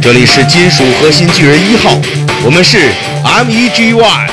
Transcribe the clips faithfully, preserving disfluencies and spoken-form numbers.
这里是金属核心巨人一号，我们是 M E G Y。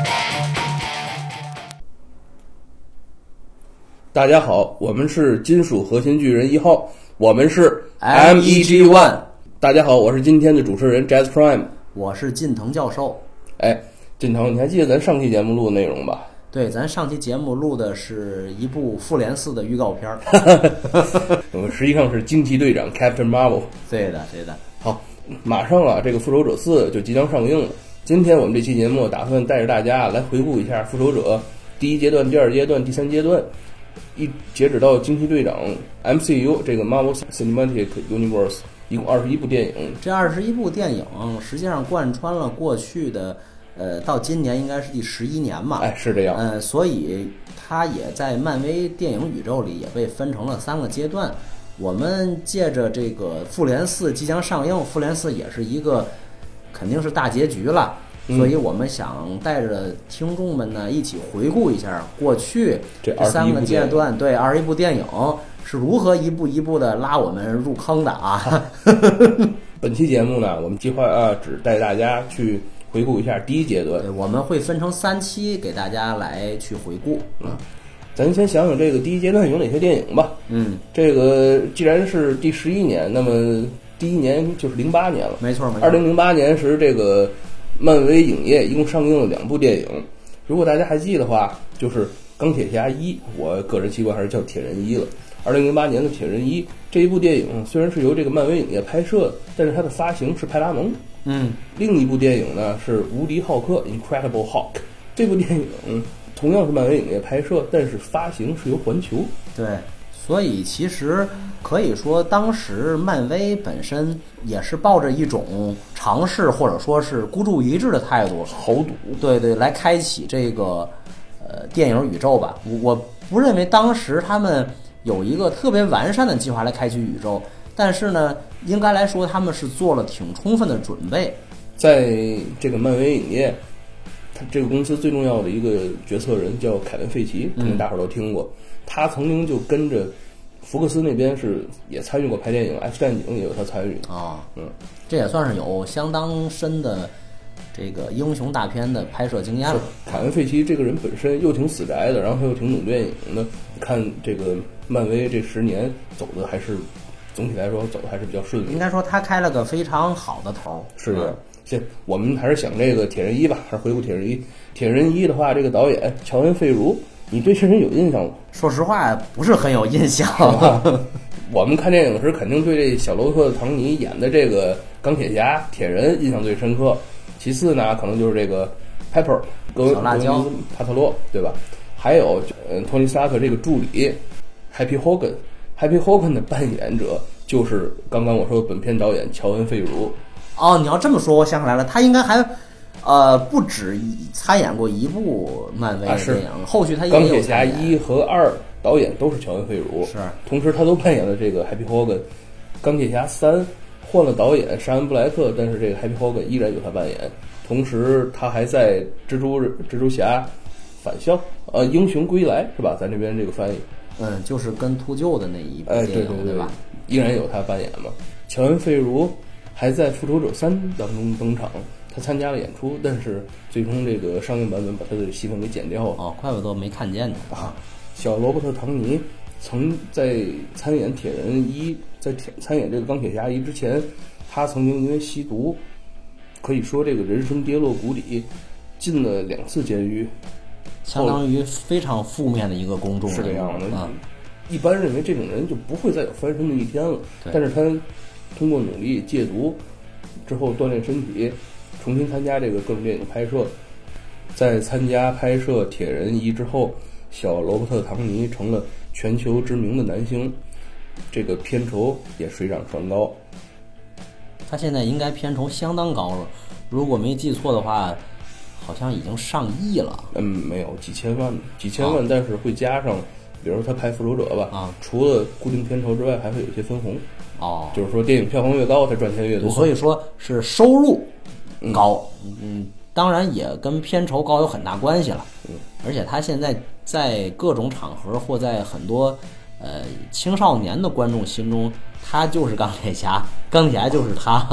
大家好，我们是金属核心巨人一号，我们是 M E G Y。 大家好，我是今天的主持人 Jazz Prime， 我是近藤教授。 哎，近藤，你还记得咱上期节目录的内容吧？ 对，咱上期节目录的是一部复联四的预告片我们实际上是惊奇队长 Captain Marvel。 对的，对的。 好，马上啊，这个复仇者四就即将上映了。今天我们这期节目打算带着大家来回顾一下复仇者第一阶段、第二阶段、第三阶段，一截止到惊奇队长 M C U 这个 Marvel Cinematic Universe， 一共二十一部电影。 这二十一部电影实际上贯穿了过去的。呃，到今年应该是第十一年嘛？ 哎，是这样。 嗯、呃，所以它也在漫威电影宇宙里也被分成了三个阶段。我们借着这个复联四即将上映，复联四也是一个肯定是大结局了， 嗯、 所以我们想带着听众们呢一起回顾一下过去这三个阶段，对二十一部电影是如何一步一步的拉我们入坑的啊。 本期节目呢，我们计划啊只带大家去回顾一下第一阶段， 对，我们会分成三期给大家来去回顾。 嗯，咱先想想这个第一阶段有哪些电影吧。 嗯， 这个既然是第十一年，那么第一年就是零八年了。 没错，没错。 二零零八年时，这个漫威影业一共上映了两部电影。如果大家还记得的话，就是钢铁侠一，我个人习惯还是叫铁人一了。二零零八年的铁人一这一部电影虽然是由这个漫威影业拍摄，但是它的发行是派拉蒙。 嗯， 另一部电影呢是《无敌浩克》（Incredible Hulk）。这部电影同样是漫威影业拍摄，但是发行是由环球。 对，所以其实可以说，当时漫威本身也是抱着一种尝试或者说是孤注一掷的态度， 豪赌。 对对，来开启这个呃电影宇宙吧。我不认为当时他们有一个特别完善的计划来开启宇宙。但是呢，应该来说，他们是做了挺充分的准备。 在这个漫威影业，他这个公司最重要的一个决策人叫凯文·费奇，可能大伙儿都听过。嗯、他曾经就跟着福克斯那边是也参与过拍电影，《X 战警》也有他参与啊、哦。 嗯， 这也算是有相当深的这个英雄大片的拍摄经验了。 凯文·费奇这个人本身又挺死宅的，然后他又挺懂电影的。你看这个漫威这十年走的还是。总体来说走的还是比较顺利， 应该说他开了个非常好的头。 是的，现、嗯、我们还是想这个铁人一吧，还是回顾铁人一。铁人一的话，这个导演乔恩·费如，你对这人有印象吗？ 说实话，不是很有印象。 我们看电影时肯定对这小罗伯特·唐尼演的这个钢铁侠铁人印象最深刻。其次呢，可能就是这个 Pepper 格小辣椒帕特洛，对吧？还有嗯，托尼·斯塔克这个助理 Happy Hogan。Happy Hogan 的扮演者就是刚刚我说的本片导演乔恩·费如。 哦，你要这么说，我想起来了，他应该还呃不止参演过一部漫威的电影，啊、后续他也有钢铁侠一和二导演都是乔恩·费如， 是， 同时他都扮演了这个 Happy Hogan。钢铁侠三换了导演沙恩·布莱克，但是这个 Happy Hogan 依然由他扮演，同时他还在蜘蛛蜘蛛侠返校呃英雄归来是吧？咱这边这个翻译。 嗯，就是跟秃鹫的那一部电影， 哎、对对对, 对吧？ 依然有他扮演嘛。乔恩·费如还在《复仇者三》当中登场，他参加了演出，但是最终这个上映版本把他的戏份给剪掉了。 哦，怪不得没看见呢啊！小罗伯特·唐尼曾在参演铁人一，在参演这个钢铁侠一之前，他曾经因为吸毒，可以说这个人生跌落谷底，进了两次监狱。 相当于非常负面的一个公众是这样的啊。 一般认为这种人就不会再有翻身的一天了，但是他通过努力戒毒之后锻炼身体，重新参加这个各种电影拍摄。在参加拍摄《铁人一》之后，小罗伯特·唐尼成了全球知名的男星，这个片酬也水涨船高。 他现在应该片酬相当高了，如果没记错的话。好像已经上亿了。 嗯，没有几千万，几千万，啊、但是会加上，比如说他拍复仇者吧， 啊， 除了固定片酬之外，还会有一些分红。 哦， 就是说电影票房越高，他赚钱越多。 所以说是收入高，嗯，嗯当然也跟片酬高有很大关系了。 嗯， 而且他现在在各种场合或在很多呃青少年的观众心中，他就是钢铁侠，钢铁侠就是他。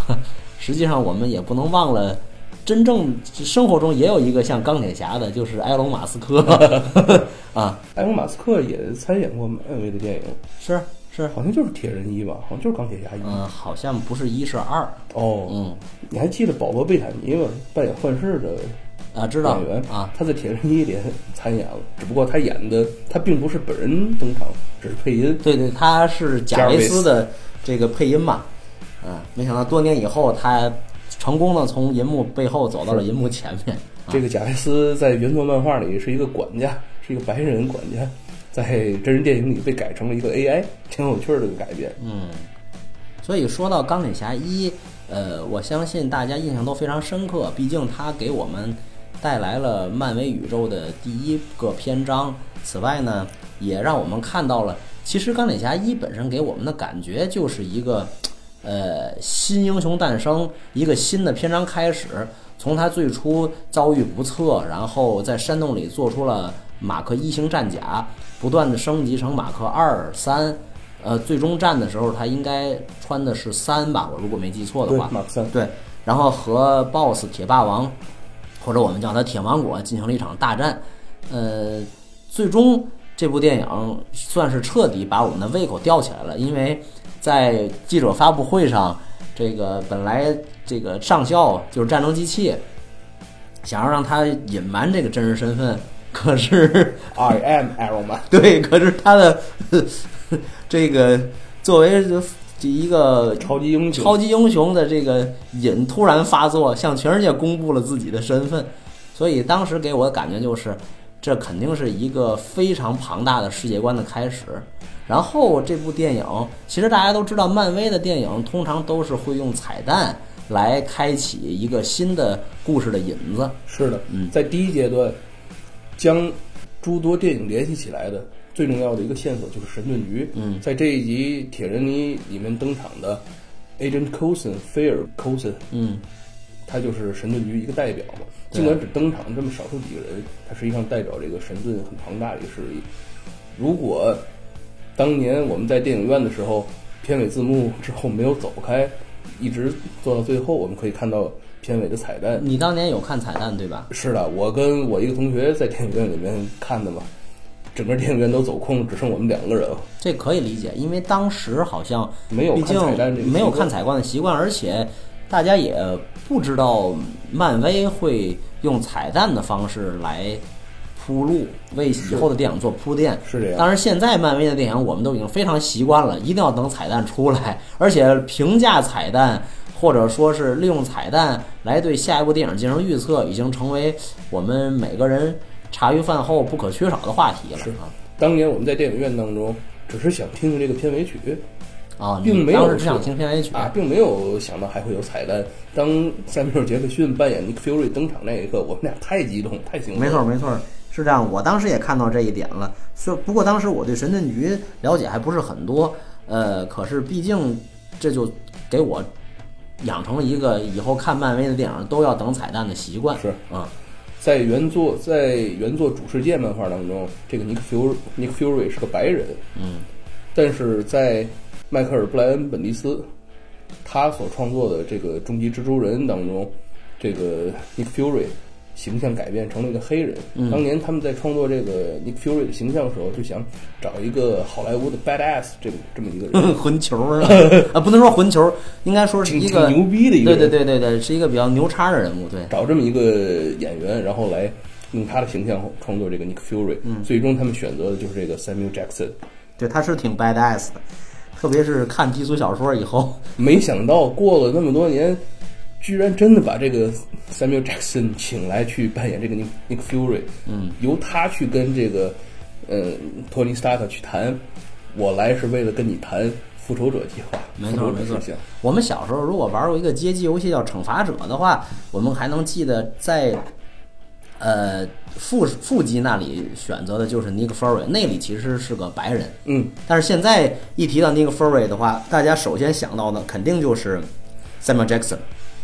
实际上我们也不能忘了，真正生活中也有一个像钢铁侠的，就是埃隆·马斯克啊。 埃隆·马斯克也参演过漫威的电影， 是是， 好像就是铁人一吧，好像就是钢铁侠一。 嗯，好像不是一是二。 哦， 嗯， 你还记得保罗·贝坦尼吗？扮演幻视的。 啊，知道演员啊， 他在《铁人一》里参演了，只不过他演的他并不是本人登场，只是配音。 对对，他是贾维斯的这个配音嘛，啊，没想到多年以后他成功的从银幕背后走到了银幕前面。 啊、这个贾维斯在原作漫画里是一个管家，是一个白人管家，在真人电影里被改成了一个 A I， 挺有趣的改编。 嗯，所以说到钢铁侠一，呃，我相信大家印象都非常深刻，毕竟他给我们带来了漫威宇宙的第一个篇章。此外呢，也让我们看到了，其实钢铁侠一本身给我们的感觉就是一个，呃，新英雄诞生，一个新的篇章开始。从他最初遭遇不测，然后在山洞里做出了马克一型战甲，不断的升级成马克二、三，呃，最终战的时候他应该穿的是三吧，我如果没记错的话， 对，马克三， 对，然后和 B O S S 铁霸王，或者我们叫他铁芒果进行了一场大战，呃，最终这部电影算是彻底把我们的胃口吊起来了，因为在记者发布会上，这个本来这个上校就是战争机器，想要让他隐瞒这个真实身份，可是 I am Iron Man， 对，可是他的这个作为一个超级英雄超级英雄的这个瘾突然发作，向全世界公布了自己的身份，所以当时给我的感觉就是，这肯定是一个非常庞大的世界观的开始。然后这部电影，其实大家都知道，漫威的电影通常都是会用彩蛋来开启一个新的故事的引子。 是的， 嗯， 在第一阶段，将诸多电影联系起来的最重要的一个线索就是神盾局。 嗯， 在这一集铁人尼里面登场的 Agent Coulson 菲尔 Coulson， 嗯， 他就是神盾局一个代表嘛。尽管只登场这么少数几个人，他实际上代表这个神盾很庞大的一个势力。如果当年我们在电影院的时候，片尾字幕之后没有走开，一直做到最后，我们可以看到片尾的彩蛋。 你当年有看彩蛋对吧？ 是的，我跟我一个同学在电影院里面看的嘛，整个电影院都走空，只剩我们两个人了。 这可以理解，因为当时好像没有看彩蛋这个习惯， 没有看彩蛋的习惯，而且大家也不知道漫威会用彩蛋的方式来铺路，为以后的电影做铺垫。 是这样。 当然，现在漫威的电影我们都已经非常习惯了，一定要等彩蛋出来，而且评价彩蛋或者说是利用彩蛋来对下一部电影进行预测，已经成为我们每个人茶余饭后不可缺少的话题了。 是啊，当年我们在电影院当中只是想听听这个片尾曲啊， 并没有当时只想听片尾曲啊，并没有想到还会有彩蛋。当塞缪尔·杰克逊扮演尼克·菲瑞登场那一刻，我们俩太激动，太兴奋了。 没错，没错。是这样，我当时也看到这一点了。是不过当时我对神盾局了解还不是很多，呃，可是毕竟这就给我养成了一个以后看漫威的电影都要等彩蛋的习惯。 是啊、嗯， 在原作在原作主世界漫画当中，这个尼克· Fury 尼克· Fury 是个白人， 嗯， 但是在迈克尔·布莱恩·本迪斯他所创作的这个终极蜘蛛人当中，这个尼克· Fury形象改变成了一个黑人。 嗯、 当年他们在创作这个 Nick Fury 的形象的时候，就想找一个好莱坞的 badass 这么这么一个人， 混球啊，不能说混球，应该说是一个牛逼的一个人， 对对对对对，是一个比较牛叉的人物。对， 找这么一个演员，然后来用他的形象创作这个 Nick Fury。 嗯， 最终他们选择的就是这个 Samuel Jackson。 对，他是挺 badass 的，特别是看低俗小说以后， 没想到过了那么多年，居然真的把这个 Samuel Jackson 请来去扮演这个 Nick, Nick Fury， 嗯， 由他去跟这个呃托尼·斯塔克去谈，我来是为了跟你谈复仇者计划。 没错没错。我们小时候如果玩过一个街机游戏叫《惩罚者》的话，我们还能记得在呃副副机那里选择的就是 Nick Fury， 那里其实是个白人， 嗯， 但是现在一提到 Nick Fury 的话，大家首先想到的肯定就是 Samuel Jackson。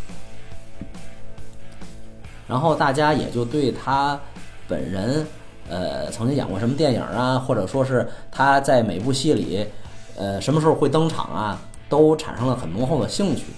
然后大家也就对他本人，呃，曾经演过什么电影啊，或者说是他在每部戏里，呃，什么时候会登场啊，都产生了很浓厚的兴趣。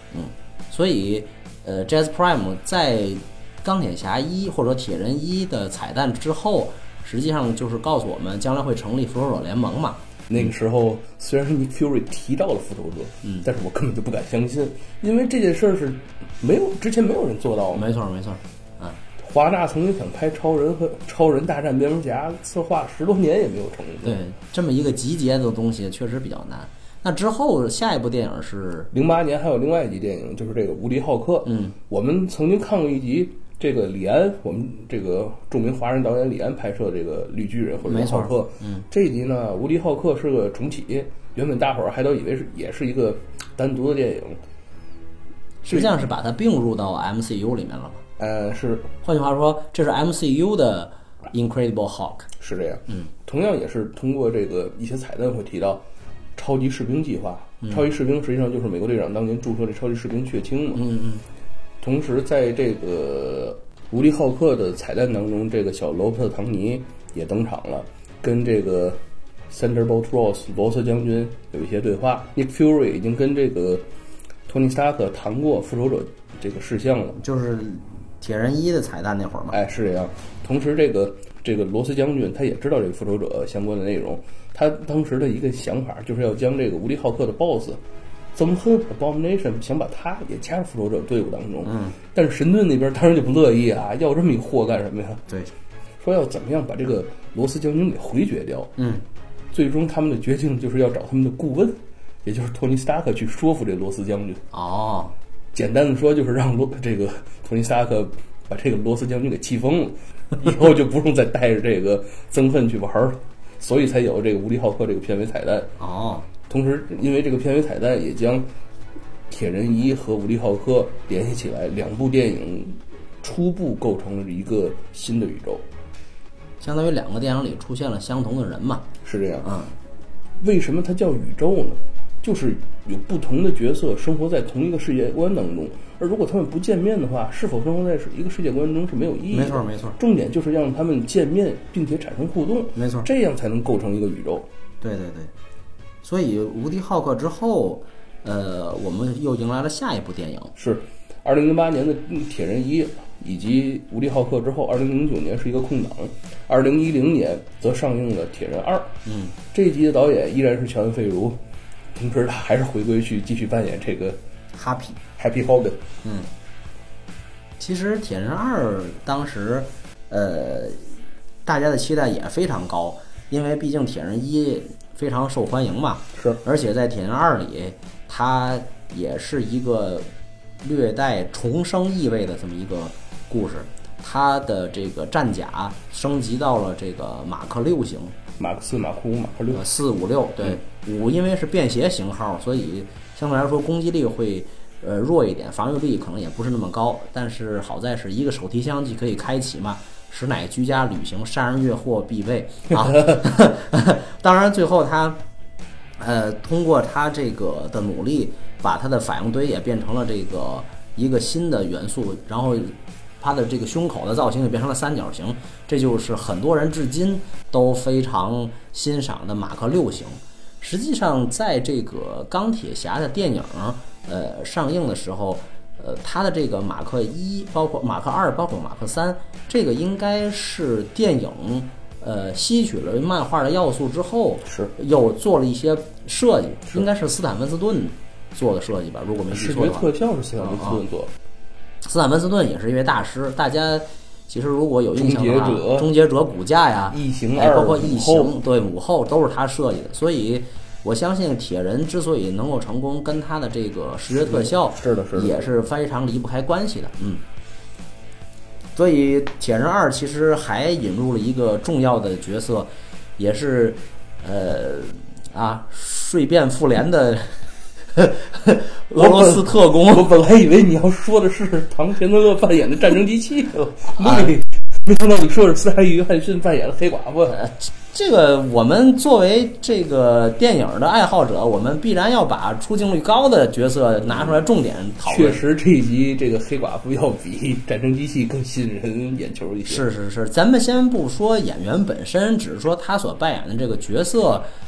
嗯，所以呃 Jazz Prime 在钢铁侠一或者铁人一的彩蛋之后，实际上就是告诉我们将来会成立复仇者联盟嘛。 那个时候虽然是 Nick Fury 提到了复仇者，嗯，但是我根本就不敢相信，因为这件事儿是没有之前没有人做到的。 没错没错，啊， 华纳曾经想拍超人和超人大战蝙蝠侠，策划十多年也没有成功。 对，这么一个集结的东西确实比较难。那之后下一部电影是零八年，还有另外一集电影，就是这个《无敌浩克》。嗯，我们曾经看过一集。这个李安，我们这个著名华人导演李安拍摄这个绿巨人或者浩克，嗯，这一集呢，无敌浩克是个重启，原本大伙儿还都以为是也是一个单独的电影， 实际上是把它并入到 M C U 里面了嘛。 呃，是， 换句话说，这是 M C U 的 Incredible Hulk， 是这样，嗯，同样也是通过这个一些彩蛋会提到超级士兵计划，嗯、超级士兵实际上就是美国队长当年注射的超级士兵血清嘛， 嗯嗯。 同时，在这个无敌浩克的彩蛋当中，这个小罗伯特·唐尼也登场了，跟这个 Thunderbolt Ross 罗斯将军有一些对话。Nick Fury 已经跟这个托尼·斯塔克谈过复仇者这个事项了， 就是铁人一的彩蛋那会儿嘛。 哎，是这样。同时，这个这个罗斯将军他也知道这个复仇者相关的内容，他当时的一个想法就是要将这个无敌浩克的 boss。憎恨 Abomination 想把他也加入复仇者队伍当中，嗯，但是神盾那边当然就不乐意啊，要这么一货干什么呀？ 对， 说要怎么样把这个罗斯将军给回绝掉， 嗯， 最终他们的决定就是要找他们的顾问，也就是托尼·斯塔克去说服这罗斯将军。 哦， 简单的说就是让罗这个托尼·斯塔克把这个罗斯将军给气疯了，以后就不用再带着这个憎恨去玩了，所以才有这个无敌浩克这个片尾彩蛋。 哦。 同时，因为这个片尾彩蛋也将铁人一和无敌浩克联系起来，两部电影初步构成了一个新的宇宙， 相当于两个电影里出现了相同的人嘛。 是这样。 嗯， 为什么它叫宇宙呢？就是有不同的角色生活在同一个世界观当中，而如果他们不见面的话，是否生活在一个世界观中是没有意义的。 没错没错， 重点就是让他们见面并且产生互动。 没错， 这样才能构成一个宇宙。 对对对。所以无敌浩克之后，呃，我们又迎来了下一部电影， 是二零零八年的铁人一以及无敌浩克之后，二零零九年是一个空档，二零一零年则上映了铁人二。 嗯， 这一集的导演依然是乔恩·费如，同时他还是回归去继续扮演这个 Happy Happy Hogan。 嗯，其实铁人二当时，呃，大家的期待也非常高，因为毕竟铁人一非常受欢迎嘛， 是， 而且在铁人二里，它也是一个略带重生意味的这么一个故事。它的这个战甲升级到了这个马克六型， 马克四、马克五、马克六， 呃，四五六，对，五、嗯、因为是便携型号，所以相对来说攻击力会呃弱一点，防御力可能也不是那么高。但是好在是一个手提箱即可以开启嘛。实乃居家旅行杀人越货必备啊！当然，最后他，呃，通过他这个的努力，把他的反应堆也变成了这个一个新的元素，然后他的这个胸口的造型也变成了三角形，这就是很多人至今都非常欣赏的马克六型。实际上，在这个钢铁侠的电影呃上映的时候。呃，它的这个马克一，包括马克二，包括马克三，这个应该是电影呃吸取了漫画的要素之后， 是又做了一些设计，应该是斯坦文斯顿做的设计吧，如果没记错的话。 视觉特效是斯坦文斯顿做的、 啊。斯坦文斯顿也是一位大师，大家其实如果有印象的话， 终结者、 终结者骨架呀， 异形二， 包括异形，对母后都是他设计的，所以。我相信铁人之所以能够成功，跟他的这个视觉特效是的，是的， 也是非常离不开关系的。嗯，所以铁人二其实还引入了一个重要的角色，也是呃啊睡变复联的俄罗斯特工。 我本来以为你要说的是唐钱德勒扮演的战争机器，啊、没想到你说的是斯嘉丽·约翰逊扮演的黑寡妇。 呃这个我们作为这个电影的爱好者，我们必然要把出镜率高的角色拿出来重点讨论。 确实，这一集这个黑寡妇要比战争机器更吸引人眼球一些。 是是是，咱们先不说演员本身，只是说他所扮演的这个角色，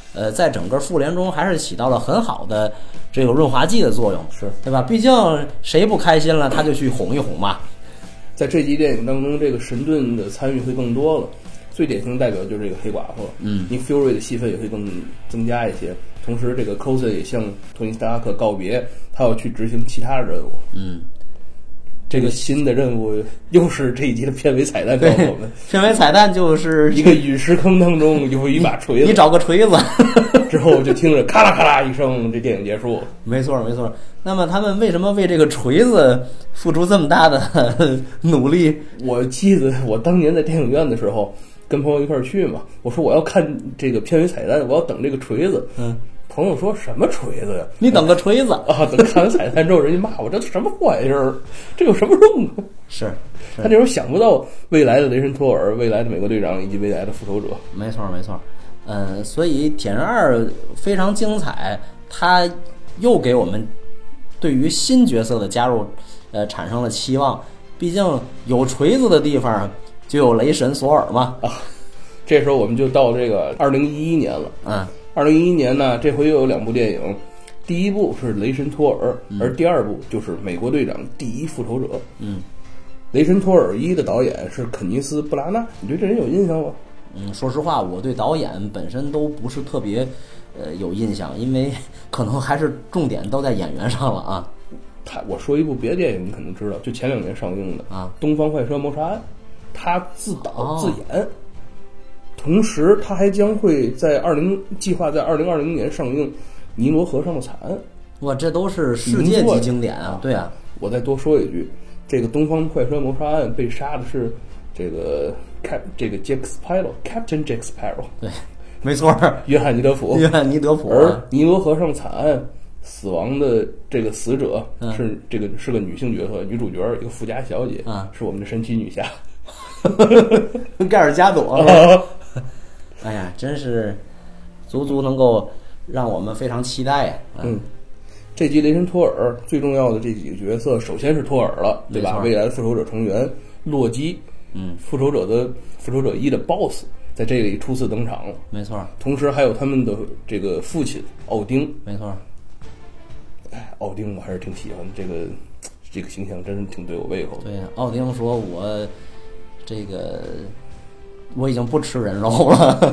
呃，在整个复联中还是起到了很好的这个润滑剂的作用， 是对吧？毕竟谁不开心了，他就去哄一哄嘛。 在这集电影当中，这个神盾的参与会更多了。最典型的代表就是这个黑寡妇了， 嗯 ，Nick Fury 的戏份也会更增加一些。同时，这个 Coulson 也向托尼·斯塔克告别，他要去执行其他的任务。 嗯， 这个新的任务又是这一集的片尾彩蛋告诉我们， 片尾彩蛋就是一个陨石坑当中有一把锤子， 你找个锤子， 之后就听着咔啦咔啦一声，这电影结束。 没错没错。那么他们为什么为这个锤子付出这么大的努力？ 我记得我当年在电影院的时候，跟朋友一块儿去嘛，我说我要看这个片尾彩蛋，我要等这个锤子。 嗯， 朋友说什么锤子呀？ 你等个锤子啊！等看完彩蛋之后，人家骂我这什么玩意儿，这有什么用啊？ 是，是他那时候想不到未来的雷神托尔、未来的美国队长以及未来的复仇者。 没错没错。嗯，所以铁人二非常精彩，他又给我们对于新角色的加入，呃，产生了期望。毕竟有锤子的地方就有雷神索尔嘛。 啊，这时候我们就到这个二零一一年了。 嗯， 二零一一年呢，这回又有两部电影，第一部是《雷神托尔》， 嗯， 而第二部就是《美国队长：第一复仇者》。 嗯，《 雷神托尔一》的导演是肯尼斯·布拉纳，你对这人有印象吗？ 嗯，说实话，我对导演本身都不是特别，呃，有印象，因为可能还是重点都在演员上了啊。 他，我说一部别的电影，你可能知道，就前两年上映的啊， 《东方快车谋杀案》，他自导、 哦、 自演，同时他还将会在二零计划在二零二零年上映《尼罗河上的惨案》。 哇，这都是世界级经典啊！对啊， 我再多说一句，这个《东方快车谋杀案》被杀的是这个。Cap 这个 Jack Sparrow，Captain Jack Sparrow， 对，没错， 约翰尼德普， 约翰尼德普。 而尼罗河上惨案死亡的这个死者、 嗯、 是这个是个女性角色，女主角一个富家小姐， 啊、 是我们的神奇女侠， 盖尔加朵。哎呀，真是足足能够让我们非常期待呀、啊！ 嗯，这集雷神托尔最重要的这几个角色，首先是托尔了，对吧？未来的复仇者成员洛基。 嗯， 复仇者的复仇者一的 boss 在这里初次登场了， 没错。 同时还有他们的这个父亲奥丁， 没错。 哎，奥丁我还是挺喜欢这个这个形象，真是挺对我胃口的。 对，奥丁说我这个我已经不吃人肉了。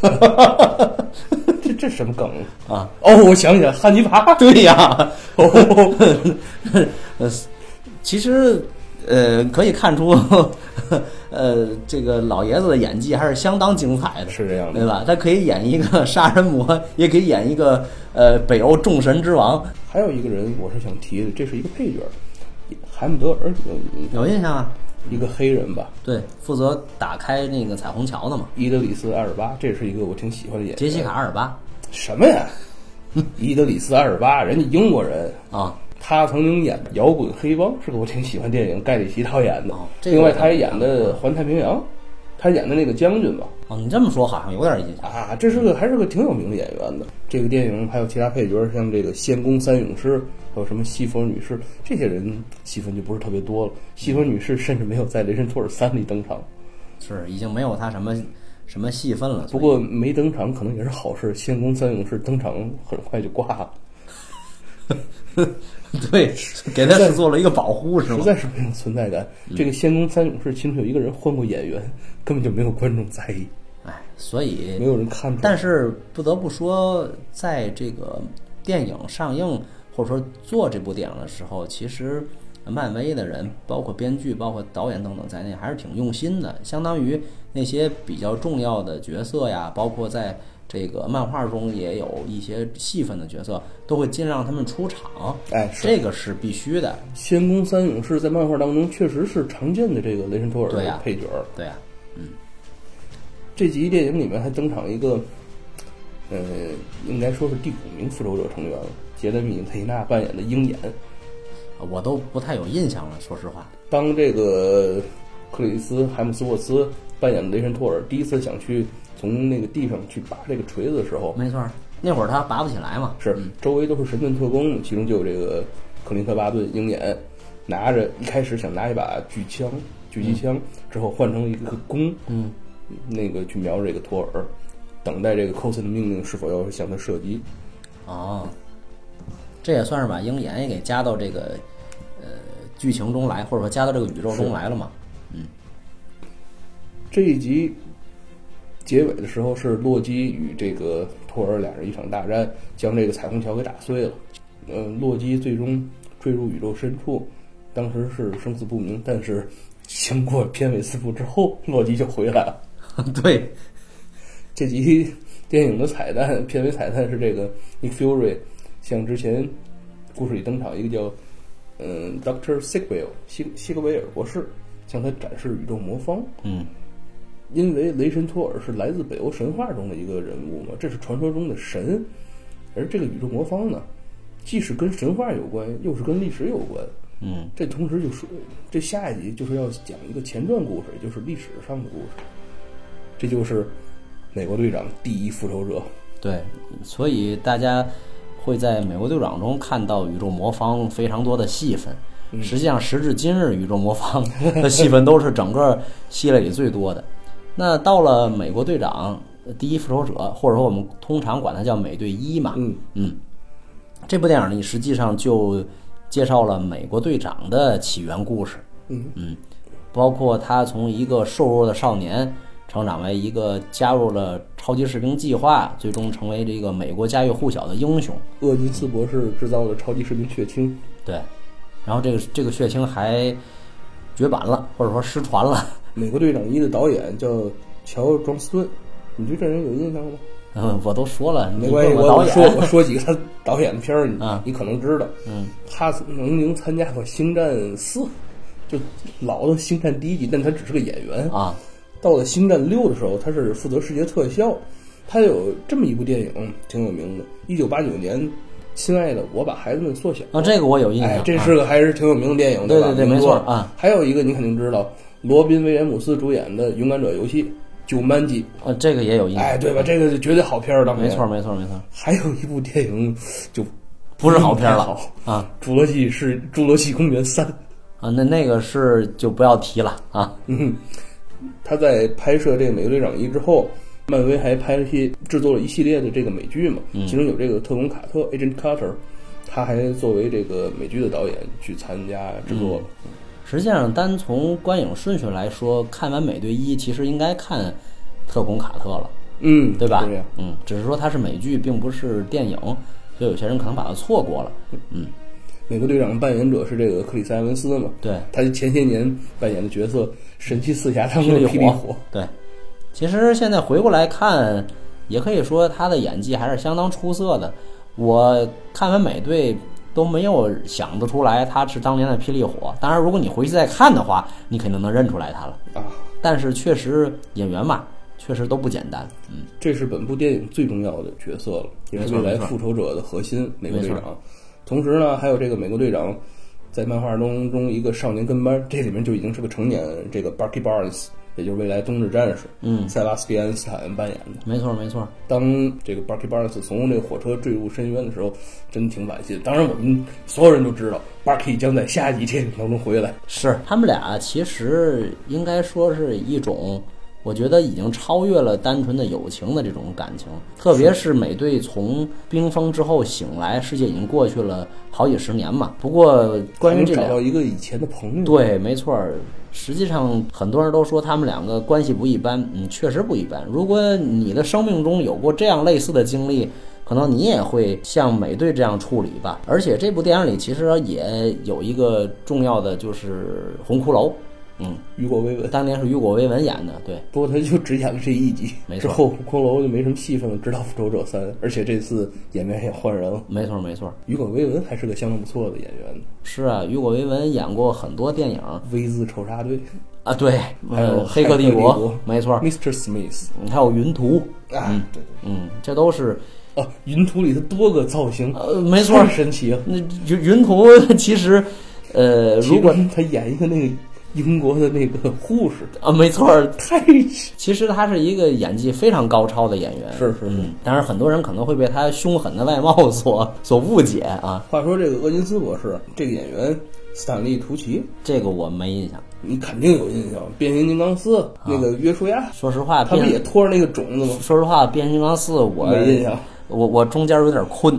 这这什么梗啊？ 哦，我想起来，汉尼拔。 对呀。哦，其实。呃，可以看出，呃，这个老爷子的演技还是相当精彩的， 是这样的， 对吧？他可以演一个杀人魔，也可以演一个呃北欧众神之王。 还有一个人，我是想提的，这是一个配角，海姆德尔有有印象啊？ 一个黑人吧？ 对，负责打开那个彩虹桥的嘛。 伊德里斯·阿尔巴，这是一个我挺喜欢的演员。 杰西卡·阿尔巴？ 什么呀？伊德里斯·阿尔巴，人家英国人啊。 他曾经演的《摇滚黑帮》是个我挺喜欢电影，盖里奇导演的。 哦这个、 另外，他还演的《环太平洋》，他演的那个将军吧。 哦，你这么说好像有点印象啊。这是个还是个挺有名的演员的。这个电影还有其他配角，像这个仙宫三勇士，还有什么西弗女士，这些人戏份就不是特别多了。西弗女士甚至没有在《雷神托尔三》里登场， 是已经没有他什么什么戏份了。 不过没登场可能也是好事，仙宫三勇士登场很快就挂了。 对，给他是做了一个保护，是吗？ 实在是没有存在感。嗯、这个仙宫三勇士其中有一个人换过演员，根本就没有观众在意。 哎，所以没有人看出来。 但是不得不说，在这个电影上映或者说做这部电影的时候，其实漫威的人，包括编剧、包括导演等等在内，还是挺用心的。相当于那些比较重要的角色呀，包括在这个漫画中也有一些戏份的角色，都会尽量让他们出场。 哎， 这个是必须的。 仙宫三勇士在漫画当中确实是常见的这个雷神托尔的配角。 对呀、啊，嗯。 这集电影里面还登场一个，呃，应该说是第五名复仇者成员了，杰德米·雷纳扮演的鹰眼。 我都不太有印象了，说实话。 当这个克里斯·海姆斯沃斯扮演的雷神托尔第一次想去从那个地上去拔这个锤子的时候， 没错，那会儿他拔不起来嘛， 是、 嗯、 周围都是神盾特工，其中就有这个克林特·巴顿鹰眼，拿着一开始想拿一把巨枪、狙击枪，嗯、之后换成了一个弓， 嗯， 那个去瞄这个托尔， 等待这个 Coulson 的命令是否要向他射击。 哦，这也算是把鹰眼也给加到这个呃剧情中来，或者说加到这个宇宙中来了嘛。嗯， 这一集结尾的时候是洛基与这个托尔俩人一场大战，将这个彩虹桥给打碎了。呃，洛基最终坠入宇宙深处，当时是生死不明，但是经过片尾字幕之后，洛基就回来了。 对， 这集电影的彩蛋，片尾彩蛋是这个 Nick Fury 像之前故事里登场一个叫嗯 Doctor Sigwell 西西格维尔博士，向他展示宇宙魔方。 嗯， 因为雷神托尔是来自北欧神话中的一个人物嘛，这是传说中的神，而这个宇宙魔方呢，既是跟神话有关，又是跟历史有关。 嗯， 这同时就说，这下一集就是要讲一个前传故事，也就是历史上的故事。这就是美国队长第一复仇者。 对，所以大家会在美国队长中看到宇宙魔方非常多的戏份。 嗯、 实际上，时至今日，宇宙魔方的戏份都是整个系列里最多的。那到了美国队长第一复仇者，或者说我们通常管它叫美队一嘛， 嗯嗯，这部电影里实际上就介绍了美国队长的起源故事， 嗯嗯，包括他从一个瘦弱的少年成长为一个加入了超级士兵计划，最终成为这个美国家喻户晓的英雄。 厄金斯博士制造了超级士兵血清， 对，然后这个这个血清还绝版了，或者说失传了。 美国队长一的导演叫乔·庄斯顿，你对这人有印象吗？ 嗯，我都说了， 没关系，我我说我说几个他导演的片儿，你、 啊、 你可能知道。 嗯， 他曾经参加过《星战四》，就老的《星战》第一集，但他只是个演员啊。 到了《星战六》的时候，他是负责视觉特效。他有这么一部电影挺有名的，一九八九年，《亲爱的，我把孩子们缩小》 啊，这个我有印象。 哎，这是个还是挺有名的电影， 啊、对吧？ 对对，没错啊。 还有一个你肯定知道，罗宾·威廉姆斯主演的《勇敢者游戏》。九曼基啊，这个也有印象， 哎，对吧？这个绝对好片儿，当没错，没错，没错。 还有一部电影就不是好片了啊， 《侏罗纪是侏罗纪公园三》 啊，那那个是就不要提了啊。 嗯，他在拍摄这个《美国队长一》之后，漫威还拍了一些制作了一系列的这个美剧嘛， 嗯、 其中有这个特工卡特 Agent Carter， 他还作为这个美剧的导演去参加制作了。 嗯实际上，单从观影顺序来说，看完《美队一》其实应该看《特工卡特》了， 嗯， 对吧？ 对嗯，只是说它是美剧，并不是电影，所以有些人可能把它错过了。嗯， 美国队长扮演者是这个克里斯·埃文斯嘛？ 对， 他前些年扮演的角色《神奇四侠》当中的霹雳火。 对，其实现在回过来看，也可以说他的演技还是相当出色的。我看完美队都没有想得出来他是当年的霹雳火，当然如果你回去再看的话，你肯定能认出来他了啊。 但是确实演员嘛，确实都不简单。嗯， 这是本部电影最重要的角色了，也是未来复仇者的核心，美国队长。同时呢，还有这个美国队长在漫画中中一个少年跟班，这里面就已经是个成年，这个 Bucky Barnes， 也就是未来冬日战士， 嗯， 塞巴斯蒂安·斯坦恩扮演的。 没错没错。 当这个 Bucky Barnes 从这个火车坠入深渊的时候，真挺惋惜的。当然，我们所有人都知道 Bucky 将在下一集电影当中回来。 是他们俩其实应该说是一种，我觉得已经超越了单纯的友情的这种感情，特别是美队从冰封之后醒来，世界已经过去了好几十年嘛。不过关于这找到一个以前的朋友， 对，没错。实际上很多人都说他们两个关系不一般，嗯，确实不一般。如果你的生命中有过这样类似的经历，可能你也会像美队这样处理吧。而且这部电影里其实也有一个重要的，就是红骷髅。嗯， 雨果·维文当年是雨果·维文演的，对。 不过他就只演了这一集， 没错。 之后骷髅就没什么戏份了，直到《复仇者三》，而且这次演员也换人了。 没错，没错。 雨果·维文还是个相当不错的演员。 是啊，雨果·维文演过很多电影，《 V 字仇杀队》 啊，对， 还有 《黑客帝国》，没错 ，mister Smith， 还有《云图》 啊， 嗯， 对对， 嗯，这都是。 啊，《云图》里的多个造型， 呃，没错， 神奇啊！ 那云云图其实，呃，如果他演一个那个英国的那个护士啊，没错， 太其实他是一个演技非常高超的演员， 是是是、 嗯，当然很多人可能会被他凶狠的外貌所所误解啊。 话说这个厄金斯博士这个演员斯坦利·图奇， 这个我没印象， 你肯定有印象，变形金刚四、啊、那个约书亚， 说实话， 他不也拖着那个种子吗？ 说实话，变形金刚四我没印象， 我我中间有点困。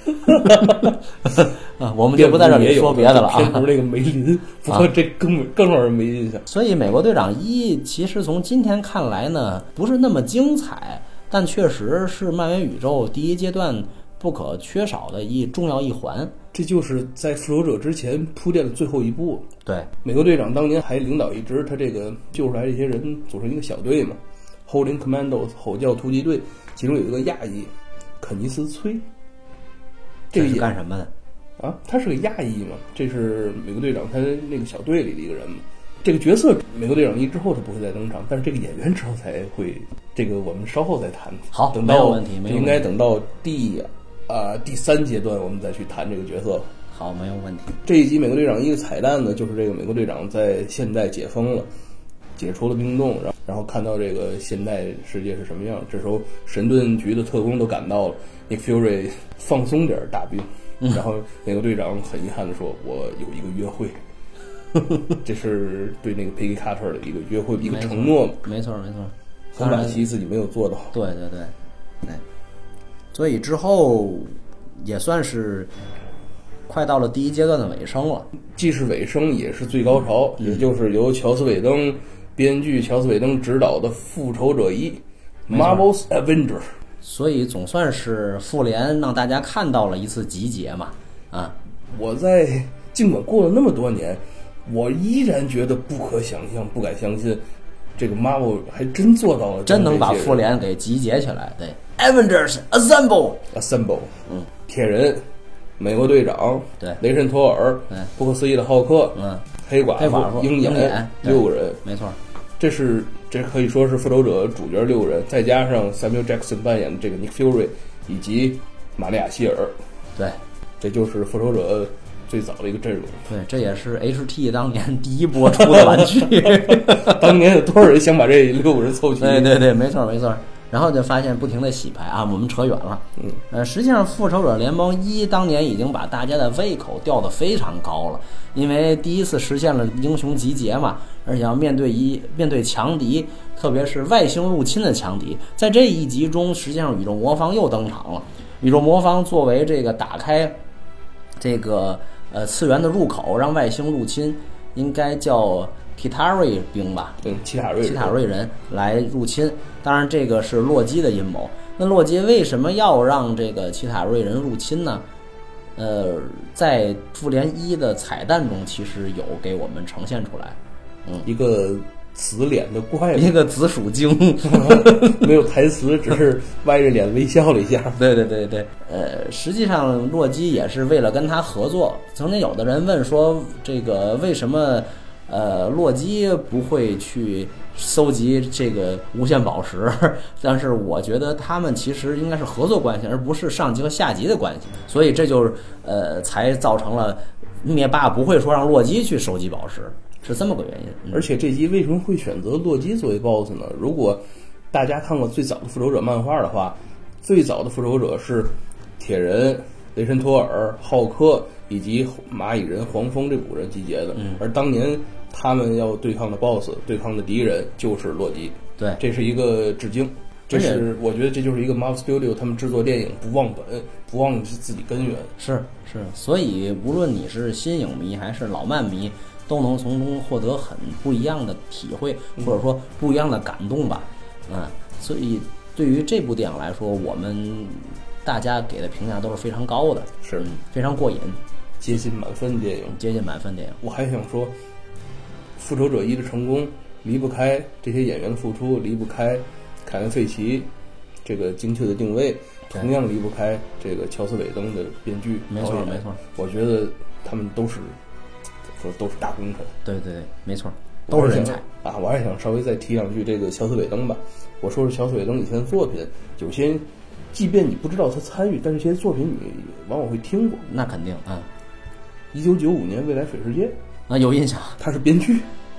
啊，我们就不在这里说别的了啊。 蝙蝠那个梅林，不过这更、啊、更让人没印象。 所以，美国队长一其实从今天看来呢，不是那么精彩，但确实是漫威宇宙第一阶段不可缺少的一重要一环。 这就是在复仇者之前铺垫的最后一步。 对， 美国队长当年还领导一支他这个救出来这些人组成一个小队嘛 ，Holding Commandos 吼叫突击队，其中有一个亚裔肯尼斯·崔。这个是干什么的？ 啊，他是个亚裔嘛，这是美国队长他那个小队里的一个人嘛。这个角色美国队长一之后他不会再登场，但是这个演员之后才会，这个我们稍后再谈。 好， 等到没有问题，没有问题， 应该等到第啊、呃、第三阶段我们再去谈这个角色。 好，没有问题。 这一集美国队长一个彩蛋呢，就是这个美国队长在现代解封了，解除了冰冻，然后然后看到这个现代世界是什么样。这时候神盾局的特工都赶到了 ，Nick Fury 放松点大兵。然后美国队长很遗憾地说：“我有一个约会。”这是对那个佩吉卡特的一个约会，一个承诺。 没错，没错。 很惋惜自己没有做到。 对对对，对。所以之后也算是快到了第一阶段的尾声了。 既是尾声，也是最高潮，嗯、也就是由乔斯·韦登编剧、乔斯·韦登执导的《复仇者一》（Marvel's Avengers）。 所以总算是复联让大家看到了一次集结嘛，啊！ 我在尽管过了那么多年，我依然觉得不可想象、不敢相信，这个 Marvel 还真做到了， 真能把复联给集结起来。对 ，Avengers Assemble，Assemble， 嗯，铁人、美国队长、 对， 雷神托尔、不可思议的浩克、 嗯， 黑寡妇、鹰眼，六个人， 没错， 这是。这可以说是复仇者主角六人，再加上 Samuel Jackson 扮演的这个 Nick Fury 以及玛利亚希尔， 对， 这就是复仇者最早的一个阵容。 对，这也是 H T 当年第一波出的玩具。 当年有多少人想把这六个人凑齐？ 对对对，没错没错。然后就发现不停的洗牌啊，我们扯远了。 嗯， 呃，实际上复仇者联盟一当年已经把大家的胃口吊得非常高了，因为第一次实现了英雄集结嘛，而且要面对一面对强敌，特别是外星入侵的强敌。在这一集中，实际上宇宙魔方又登场了。宇宙魔方作为这个打开这个呃次元的入口，让外星入侵，应该叫奇塔瑞兵吧， 嗯，奇塔瑞奇塔瑞人来入侵。当然，这个是洛基的阴谋。那洛基为什么要让这个奇塔瑞人入侵呢？呃，在复联一的彩蛋中，其实有给我们呈现出来。嗯， 一个紫脸的怪物， 一个紫薯精， 没有台词，只是歪着脸微笑了一下。 对对对对，呃，实际上洛基也是为了跟他合作。曾经有的人问说，这个为什么？呃，洛基不会去搜集这个无限宝石，但是我觉得他们其实应该是合作关系，而不是上级和下级的关系，所以这就是呃，才造成了灭霸不会说让洛基去收集宝石，是这么个原因。 嗯、而且这集为什么会选择洛基作为 B O S S 呢？如果大家看过最早的复仇者漫画的话，最早的复仇者是铁人、雷神托尔、浩克以及蚂蚁人黄蜂这五人集结的， 嗯、 而当年他们要对抗的 B O S S 对抗的敌人就是洛基。 对， 这是一个致敬，这是我觉得这就是一个 Marvel Studio 他们制作电影不忘本，不忘自己根源。 是是，所以无论你是新影迷还是老漫迷，都能从中获得很不一样的体会，或者说不一样的感动吧。嗯，所以对于这部电影来说，我们大家给的评价都是非常高的， 是、 嗯、非常过瘾， 接近满分电影， 接近满分电影。 我还想说，复仇者一的成功离不开这些演员的付出，离不开凯文·费奇这个精确的定位，同样离不开这个乔斯·韦登的编剧。 没错没错， 我觉得他们都是说都是大功臣。 对对对，没错，都是人才啊！我还想稍微再提两句这个乔斯·韦登吧。我说说乔斯·韦登以前的作品，有些即便你不知道他参与，但是这些作品你往往会听过。 那肯定啊。 一九九五年《未来水世界》 啊，有印象， 他是编剧。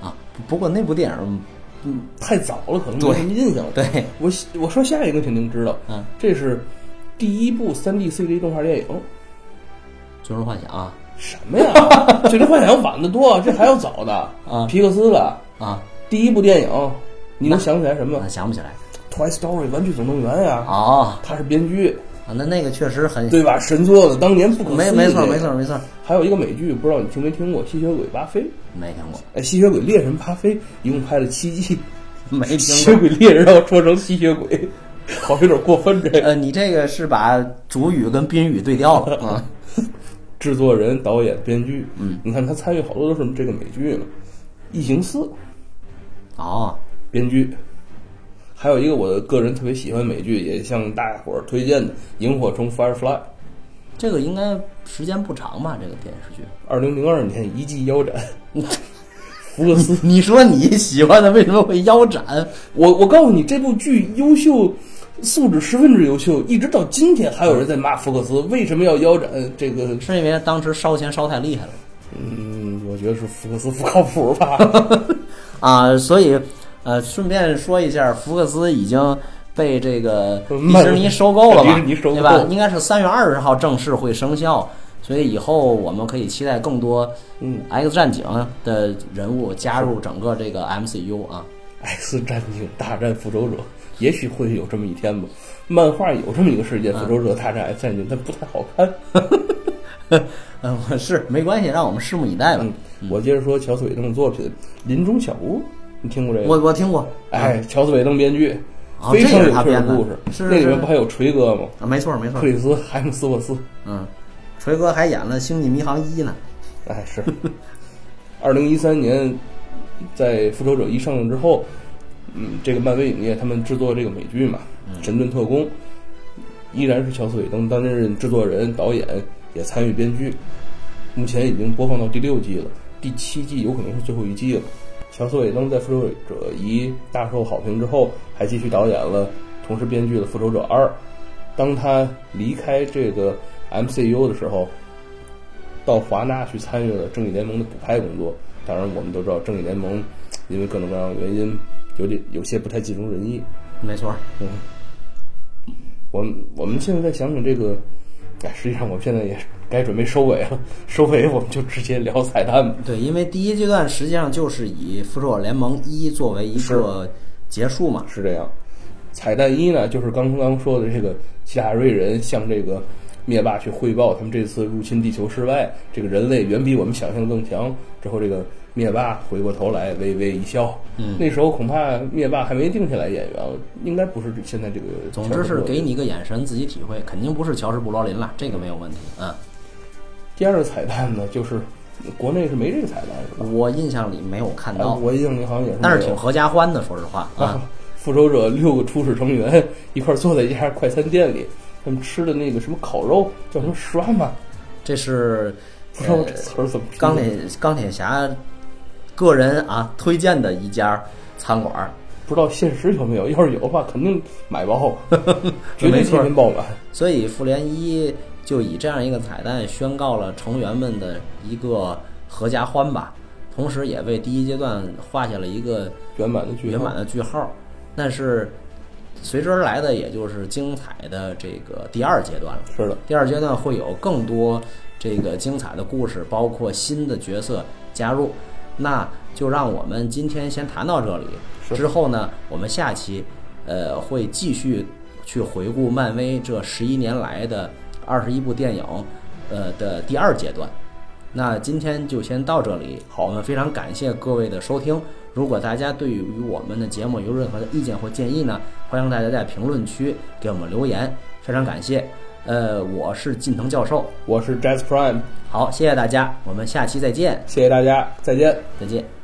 啊。不过那部电影， 嗯，太早了，可能没什么印象。 对， 我我说下一个肯定知道， 嗯， 这是第一部 三 D C G 动画电影《 最终幻想》啊。 什么呀？《最终幻想》晚得多，这还要早的啊， 皮克斯的啊。 第一部电影，你能想起来什么？ 想不起来。 Toy Story 玩具总动员呀。 哦， 他是编剧啊，那那个确实很对吧？神作的，当年不可思议。 没没错没错没错。 还有一个美剧，不知道你听没听过《吸血鬼巴菲》？ 没听过。 哎，吸血鬼猎人巴菲一共拍了七季， 没听过。 吸血鬼猎人要说成吸血鬼，好像有点过分。这呃，你这个是把主语跟宾语对调了啊。 制作人、导演、编剧， 嗯， 你看他参与好多都是这个美剧嘛，《异形四》 哦， 编剧。还有一个我个人特别喜欢美剧，也向大伙儿推荐的《萤火虫 Firefly》， 这个应该时间不长吧？这个电视剧， 二零零二年一季腰斩。福克斯， 你说你喜欢的为什么会腰斩？ 我我告诉你，这部剧优秀，素质十分之优秀，一直到今天还有人在骂福克斯为什么要腰斩。这个是因为当时烧钱烧太厉害了。 嗯，我觉得是福克斯不靠谱吧。 啊，所以呃，顺便说一下，福克斯已经被这个迪士尼收购了嘛，对吧？应该是三月二十号正式会生效，所以以后我们可以期待更多嗯 X 战警的人物加入整个这个 M C U 啊。 X 战警大战复仇者，也许会有这么一天吧。漫画有这么一个世界，复仇者大战 X 战警，但不太好看。 嗯，是没关系，让我们拭目以待吧。 嗯、我接着说乔斯韦登的作品《林中小屋》，你听过这个？ 我我听过。 哎， 嗯、 乔斯韦登编剧， 哦、 非常有趣的故事。 是那里面不还有锤哥吗？ 啊，没错没错。 克里斯·海姆斯沃斯。 嗯，锤哥还演了《星际迷航一》呢。 哎，是。二零一三年，在复仇者一上映之后，嗯，这个漫威影业他们制作这个美剧嘛，《神盾特工》，依然是乔斯韦登担任制作人、导演，也参与编剧。目前已经播放到第六季了，第七季有可能是最后一季了。乔斯韦登在《复仇者一》大受好评之后，还继续导演了，同时编剧了《复仇者二》。当他离开这个 M C U 的时候，到华纳去参与了正义联盟的补拍工作。当然，我们都知道正义联盟因为各种各样的原因，有点有些不太尽如人意。 没错， 嗯。我们我们现在再想想这个，哎，实际上我们现在也该准备收尾了。收尾我们就直接聊彩蛋吧。 对，因为第一阶段实际上就是以复仇者联盟一作为一个结束嘛。 是这样。彩蛋一呢，就是刚刚说的这个希塔瑞人向这个灭霸去汇报他们这次入侵地球失败，这个人类远比我们想象的更强。之后这个灭霸回过头来微微一笑， 嗯， 那时候恐怕灭霸还没定下来演员，应该不是现在这个。 总之是给你一个眼神，自己体会，肯定不是乔治·布罗林了，这个没有问题。嗯。 第二个彩蛋呢，就是国内是没这个彩蛋是吧？ 我印象里没有看到， 啊、我印象里好像也是， 但是挺合家欢的，说实话啊。 啊复仇者六个初始成员一块坐在一家快餐店里，他们吃的那个什么烤肉叫什么十万吧？ 这是不知道这词儿怎么拼。 钢铁钢铁侠个人啊推荐的一家餐馆， 不知道现实有没有？要是有的话，肯定买爆，绝对天天爆满。 所以复联一就以这样一个彩蛋宣告了成员们的一个合家欢吧，同时也为第一阶段画下了一个圆满的句圆满的句号。但是随之而来的也就是精彩的这个第二阶段了。 是的， 第二阶段会有更多这个精彩的故事，包括新的角色加入。那就让我们今天先谈到这里，之后呢，我们下期呃会继续去回顾漫威这十一年来的二十一部电影呃的第二阶段。那今天就先到这里，好，我们非常感谢各位的收听。如果大家对于我们的节目有任何的意见或建议呢，欢迎大家在评论区给我们留言，非常感谢。呃，我是近藤教授， 我是 Jazz Prime， 好，谢谢大家，我们下期再见。 谢谢大家，再见， 再见。